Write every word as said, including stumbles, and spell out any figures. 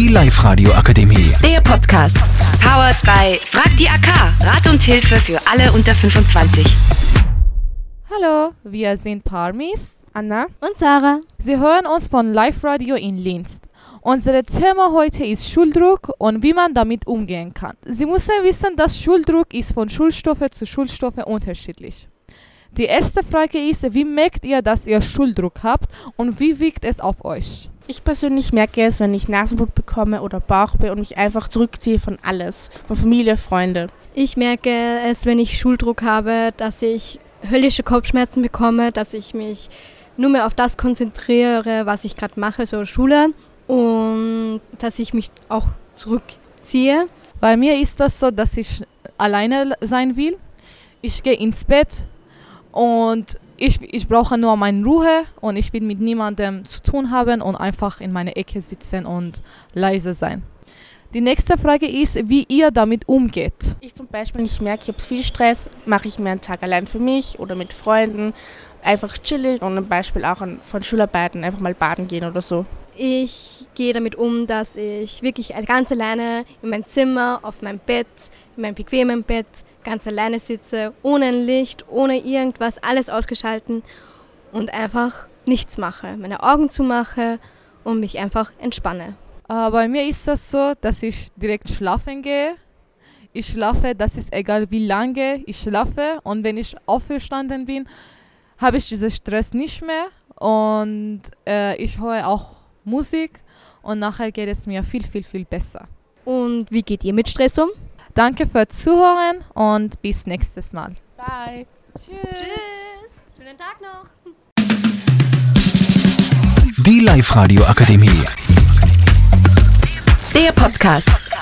Die Live-Radio Akademie. Der Podcast. Powered by Frag die A K. Rat und Hilfe für alle unter fünfundzwanzig. Hallo, wir sind Parmis, Anna und Sarah. Sie hören uns von Live-Radio in Linz. Unser Thema heute ist Schuldruck und wie man damit umgehen kann. Sie müssen wissen, dass Schuldruck ist von Schulstufe zu Schulstufe unterschiedlich. Die erste Frage ist, wie merkt ihr, dass ihr Schuldruck habt und wie wirkt es auf euch? Ich persönlich merke es, wenn ich Nasenbluten bekomme oder Bauchweh und mich einfach zurückziehe von alles, von Familie, Freunde. Ich merke es, wenn ich Schuldruck habe, dass ich höllische Kopfschmerzen bekomme, dass ich mich nur mehr auf das konzentriere, was ich gerade mache, so Schule, und dass ich mich auch zurückziehe. Bei mir ist das so, dass ich alleine sein will. Ich gehe ins Bett und ich, ich brauche nur meine Ruhe und ich will mit niemandem zu tun haben und einfach in meiner Ecke sitzen und leise sein. Die nächste Frage ist, wie ihr damit umgeht. Ich zum Beispiel, wenn ich merke, ich habe viel Stress, mache ich mir einen Tag allein für mich oder mit Freunden, einfach chillig und ein Beispiel auch an, von Schularbeiten, einfach mal baden gehen oder so. Ich gehe damit um, dass ich wirklich ganz alleine in meinem Zimmer, auf meinem Bett, in meinem bequemen Bett, ganz alleine sitze, ohne ein Licht, ohne irgendwas, alles ausgeschalten und einfach nichts mache, meine Augen zumache und mich einfach entspanne. Uh, bei mir ist das so, dass ich direkt schlafen gehe. Ich schlafe, das ist egal wie lange ich schlafe, und wenn ich aufgestanden bin, habe ich diesen Stress nicht mehr und äh, ich höre auch Musik und nachher geht es mir viel, viel, viel besser. Und wie geht ihr mit Stress um? Danke fürs Zuhören und bis nächstes Mal. Bye. Tschüss. Tschüss. Schönen Tag noch. Die Live-Radio Akademie. Der Podcast.